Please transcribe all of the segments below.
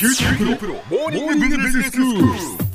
プロモーニングビジネススクール。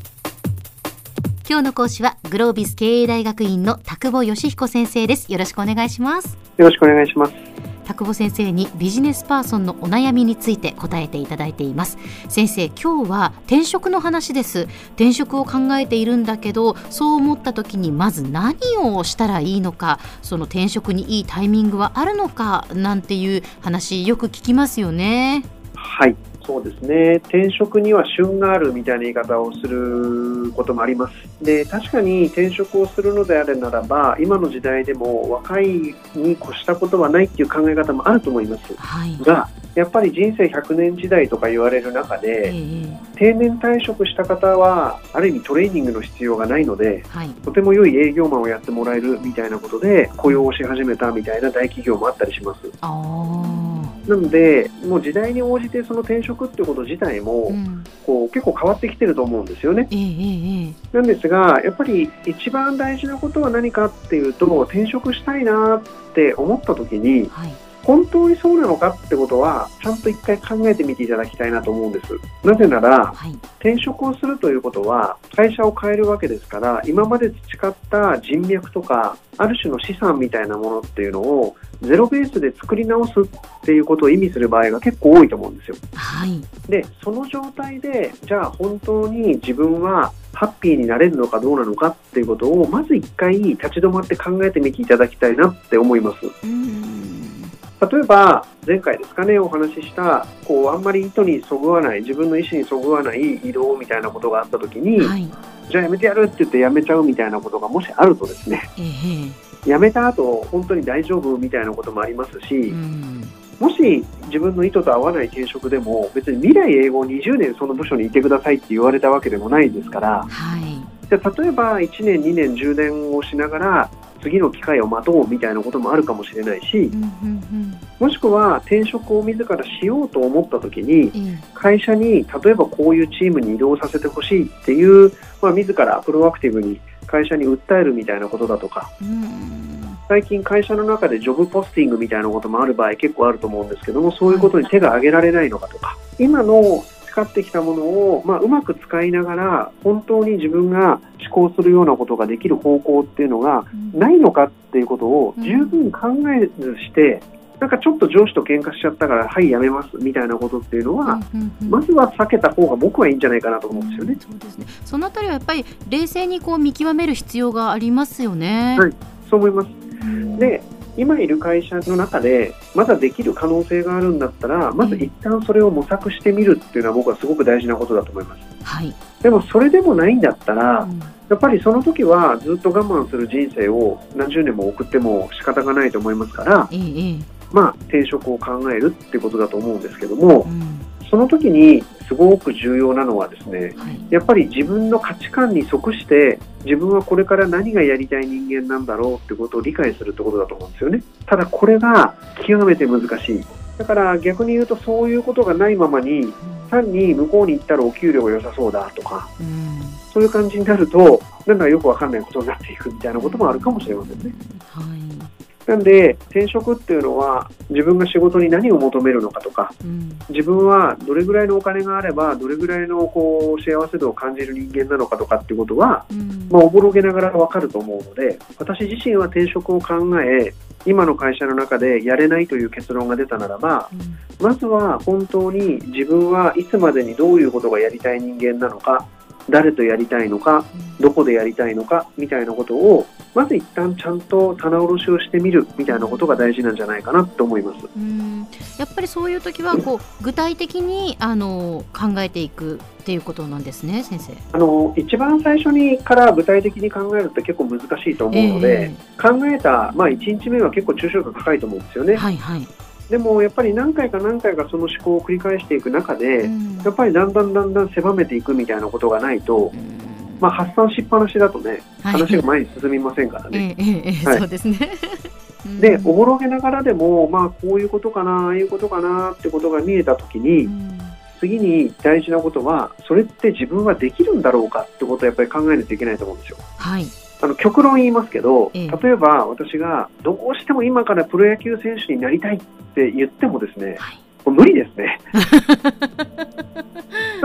今日の講師はグロービス経営大学院の田久保義彦先生です。よろしくお願いします。 よろしくお願いします。 田久保先生にビジネスパーソンのお悩みについて答えていただいています。先生、今日は転職の話です。転職を考えているんだけど、そう思った時にまず何をしたらいいのか、その転職にいいタイミングはあるのかなんていう話よく聞きますよね。 はい、そうですね。転職には旬があるみたいな言い方をすることもあります。で、確かに転職をするのであるならば、今の時代でも若いに越したことはないっていう考え方もあると思います、が、やっぱり人生100年時代とか言われる中で、定年退職した方はある意味トレーニングの必要がないので、とても良い営業マンをやってもらえるみたいなことで雇用をし始めたみたいな大企業もあったりします。なので、もう時代に応じてその転職っていうこと自体も、結構変わってきてると思うんですよね。なんですが、やっぱり一番大事なことは何かっていうと、転職したいなって思った時に、本当にそうなのかってことはちゃんと一回考えてみていただきたいなと思うんです。なぜなら、転職をするということは会社を変えるわけですから、今まで培った人脈とかある種の資産みたいなものっていうのをゼロベースで作り直すっていうことを意味する場合が結構多いと思うんですよ。で、その状態でじゃあ本当に自分はハッピーになれるのかどうなのかっていうことをまず一回立ち止まって考えてみていただきたいなって思います。例えば前回ですかね、お話ししたあんまり意図にそぐわない、自分の意思にそぐわない移動みたいなことがあったときに、じゃあやめてやるって言ってやめちゃうみたいなことがもしあるとですね、やめた後本当に大丈夫みたいなこともありますし、もし自分の意図と合わない転職でも別に未来永劫20年その部署にいてくださいって言われたわけでもないですから、じゃあ例えば1年2年10年をしながら次の機会を待とうみたいなこともあるかもしれないし、もしくは転職を自らしようと思った時に、会社に例えばこういうチームに移動させてほしいっていう、自らプロアクティブに会社に訴えるみたいなことだとか、最近会社の中でジョブポスティングみたいなこともある場合結構あると思うんですけども、そういうことに手が挙げられないのかとか、今の使ってきたものを、うまく使いながら本当に自分が思考するようなことができる方向っていうのがないのかっていうことを十分考えずして、なんかちょっと上司と喧嘩しちゃったからはいやめますみたいなことっていうのは、まずは避けた方が僕はいいんじゃないかなと思うんですよね。 そうですね。そのあたりはやっぱり冷静に見極める必要がありますよね。 はい、そう思います。で、今いる会社の中でまだできる可能性があるんだったら、まず一旦それを模索してみるっていうのは僕はすごく大事なことだと思います。でもそれでもないんだったら、やっぱりその時はずっと我慢する人生を何十年も送っても仕方がないと思いますから、転職を考えるってことだと思うんですけども、その時にすごく重要なのはですね、やっぱり自分の価値観に即して自分はこれから何がやりたい人間なんだろうってことを理解するってことだと思うんですよね。ただこれが極めて難しい。だから逆に言うと、そういうことがないままに単に向こうに行ったらお給料が良さそうだとか、そういう感じになるとなんかよくわかんないことになっていくみたいなこともあるかもしれませんね。なんで転職っていうのは自分が仕事に何を求めるのかとか、自分はどれぐらいのお金があればどれぐらいの幸せ度を感じる人間なのかとかっていうことは、おぼろげながら分かると思うので、私自身は転職を考え、今の会社の中でやれないという結論が出たならば、まずは本当に自分はいつまでにどういうことがやりたい人間なのか、誰とやりたいのか、どこでやりたいのかみたいなことをまず一旦ちゃんと棚卸しをしてみるみたいなことが大事なんじゃないかなと思います。 やっぱりそういう時は具体的に考えていくっていうことなんですね、先生。 一番最初にから具体的に考えるって結構難しいと思うので、考えた、1日目は結構抽象度高いと思うんですよね。でもやっぱり何回かその思考を繰り返していく中で、やっぱりだんだん狭めていくみたいなことがないと、発散しっぱなしだとね、話が前に進みませんからね。 そうですね。 で、おぼろげながらでも、こういうことかな、ああいうことかなってことが見えたときに、次に大事なことは、それって自分はできるんだろうかってことをやっぱり考えないといけないと思うんですよ。極論言いますけど、例えば私がどうしても今からプロ野球選手になりたいって言ってもですね、無理ですね。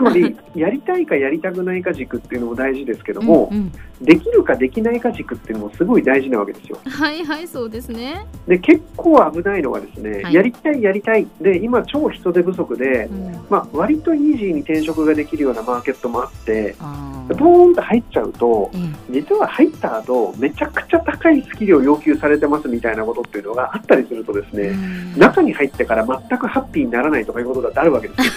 つまりやりたいかやりたくないか軸っていうのも大事ですけども、できるかできないか軸っていうのもすごい大事なわけですよ。 はいはい、そうですね。 で結構危ないのがですね、やりたいやりたいで今超人手不足で、割とイージーに転職ができるようなマーケットもあってドーンと入っちゃうと、実は入った後めちゃくちゃ高いスキルを要求されてますみたいなことっていうのがあったりするとですね、中に入ってから全くハッピーにならないとかいうことだってあるわけですよ。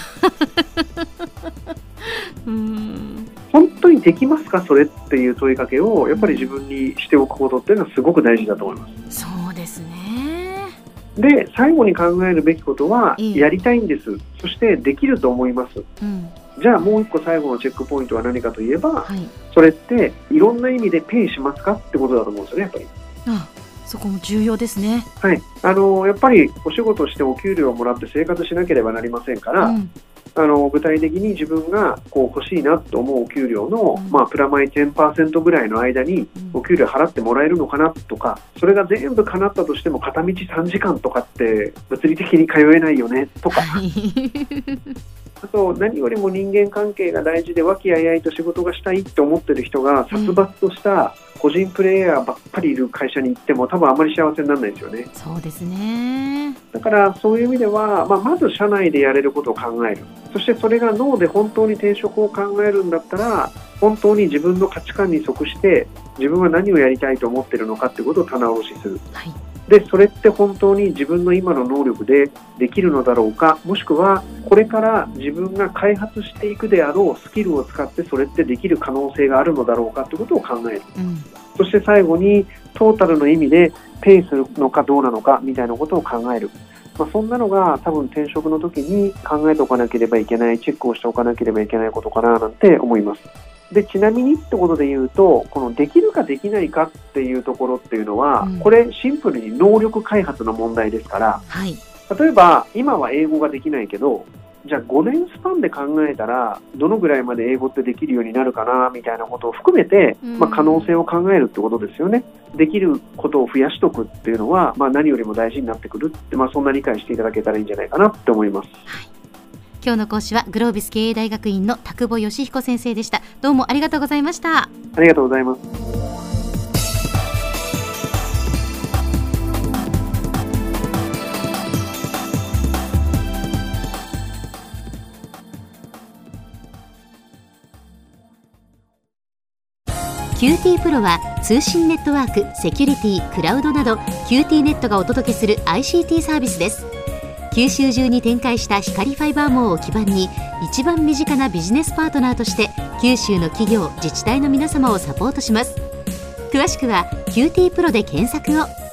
本当にできますかそれっていう問いかけをやっぱり自分にしておくことっていうのはすごく大事だと思います。 そうですね。 で最後に考えるべきことは、やりたいんです、そしてできると思います、じゃあもう一個最後のチェックポイントは何かといえば、それっていろんな意味でペイしますかってことだと思うんですよね、やっぱり。 そこも重要ですね。 はい、やっぱりお仕事してお給料をもらって生活しなければなりませんから、具体的に自分がこう欲しいなと思うお給料の、プラマイ 10% ぐらいの間にお給料払ってもらえるのかなとか、それが全部叶ったとしても片道3時間とかって物理的に通えないよねとか、あと何よりも人間関係が大事で和気あいあいと仕事がしたいと思ってる人が殺伐とした個人プレイヤーばっかりいる会社に行っても多分あまり幸せにならないですよね。 そうですね。 だからそういう意味では、まず社内でやれることを考える、そしてそれが脳で本当に転職を考えるんだったら本当に自分の価値観に即して自分は何をやりたいと思っているのかということを棚卸しする、でそれって本当に自分の今の能力でできるのだろうか、もしくはこれから自分が開発していくであろうスキルを使ってそれってできる可能性があるのだろうかということを考える、そして最後にトータルの意味でペイするのかどうなのかみたいなことを考える、そんなのが多分転職の時に考えておかなければいけない、チェックをしておかなければいけないことかななんて思います。でちなみにってことで言うと、このできるかできないかっていうところっていうのは、これシンプルに能力開発の問題ですから、例えば今は英語ができないけど、じゃあ5年スパンで考えたらどのぐらいまで英語ってできるようになるかなみたいなことを含めて、可能性を考えるってことですよね。できることを増やしとくっていうのは、何よりも大事になってくるって、そんな理解していただけたらいいんじゃないかなって思います。 今日の講師はグロービス経営大学院の田久保義彦先生でした。どうもありがとうございました。 ありがとうございます。 QT プロは通信ネットワーク、セキュリティ、クラウドなど QT ネットがお届けする ICT サービスです。九州中に展開した光ファイバー網を基盤に一番身近なビジネスパートナーとして九州の企業、自治体の皆様をサポートします。詳しくは QT プロで検索を。